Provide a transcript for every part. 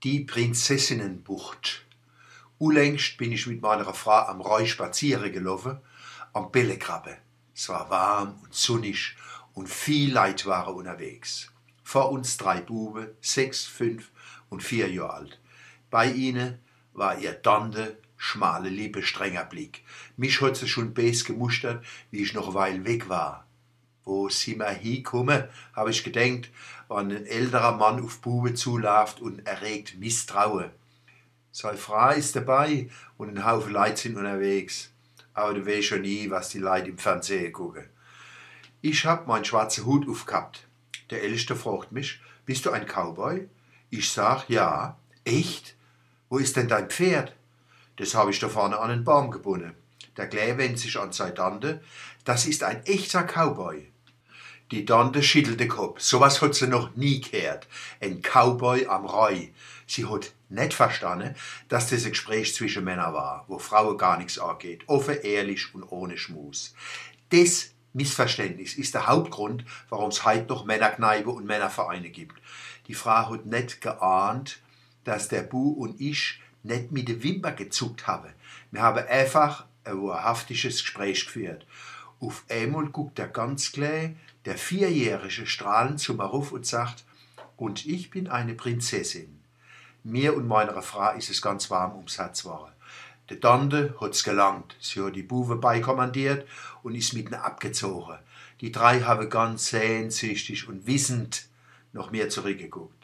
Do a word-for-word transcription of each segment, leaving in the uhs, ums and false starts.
Die Prinzessinnenbucht. Unlängst bin ich mit meiner Frau am Rhein spazieren gelaufen, am Bellegraben. Es war warm und sonnig und viel Leute waren unterwegs. Vor uns drei Buben, sechs, fünf und vier Jahre alt. Bei ihnen war ihr Tante, schmale Lippe, strenger Blick. Mich hat sie schon bes gemustert, wie ich noch eine Weile weg war. Wo sind wir hingekommen, habe ich gedenkt, wenn ein älterer Mann auf Buben zuläuft und erregt Misstrauen. Seine Frau ist dabei und ein Haufen Leute sind unterwegs. Aber du weißt schon nie, was die Leute im Fernsehen gucken. Ich hab meinen schwarzen Hut aufgehabt. Der Älteste fragt mich, bist du ein Cowboy? Ich sag, ja. Echt? Wo ist denn dein Pferd? Das habe ich da vorne an einen Baum gebunden. Der Kleine wendet sich an seine Tante. Das ist ein echter Cowboy. Die Tante schüttelt den Kopf. Sowas hat sie noch nie gehört. Ein Cowboy am Rhein. Sie hat nicht verstanden, dass das ein Gespräch zwischen Männern war, wo Frauen gar nichts angeht. Offen, ehrlich und ohne Schmus. Das Missverständnis ist der Hauptgrund, warum es heute noch Männerkneipe und Männervereine gibt. Die Frau hat nicht geahnt, dass der Bu und ich nicht mit den Wimpern gezuckt haben. Wir haben einfach ein wahrhaftiges Gespräch geführt. Auf einmal guckt der ganz klein, der Vierjährige strahlend zu mir rauf und sagt, und ich bin eine Prinzessin. Mir und meiner Frau ist es ganz warm ums Herz geworden. Die Tante hat's gelangt. Sie hat die Buben beikommandiert und ist mit ihnen abgezogen. Die drei haben ganz sehnsüchtig und wissend noch mehr zurückgeguckt.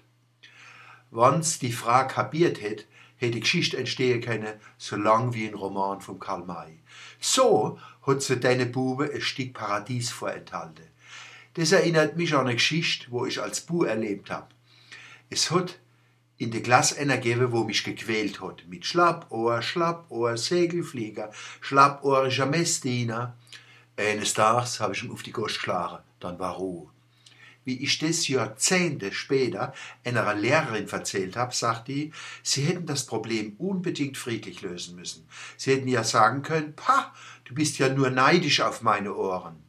Wenn's die Frau kapiert hätte, hätte die Geschichte entstehen können, so lang wie ein Roman von Karl May. So hat sie deine Bube ein Stück Paradies vorenthalten. Das erinnert mich an eine Geschichte, wo ich als Bu erlebt habe. Es hat in der Klasse einer gegeben, wo mich gequält hat. Mit Schlappohr, Schlappohr, Segelflieger, schlappohriger Messdiener. Eines Tages habe ich ihm auf die Gosch geschlagen. Dann war Ruhe. Wie ich das Jahrzehnte später einer Lehrerin erzählt habe, sagt die, sie hätten das Problem unbedingt friedlich lösen müssen. Sie hätten ja sagen können, pah, du bist ja nur neidisch auf meine Ohren.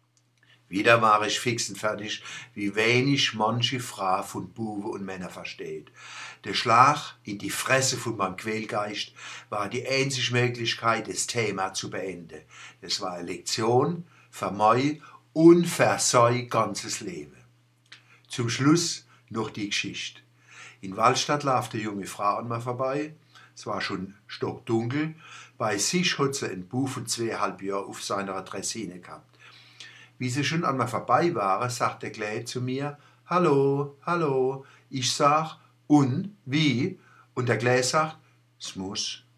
Wieder war ich fix und fertig, wie wenig manche Frau von Buben und Männern versteht. Der Schlag in die Fresse von meinem Quälgeist war die einzige Möglichkeit, das Thema zu beenden. Das war eine Lektion für mein und für sein ganzes Leben. Zum Schluss noch die Geschichte. In Waldstadt lief eine junge Frau an mir vorbei. Es war schon stockdunkel. Bei sich hat sie einen Bub von zweieinhalb Jahren auf seiner Dressine gehabt. Wie sie schon an mir vorbei waren, sagt der Kleine zu mir, hallo, hallo. Ich sag, und, wie? Und der Kleine sagt, es muss.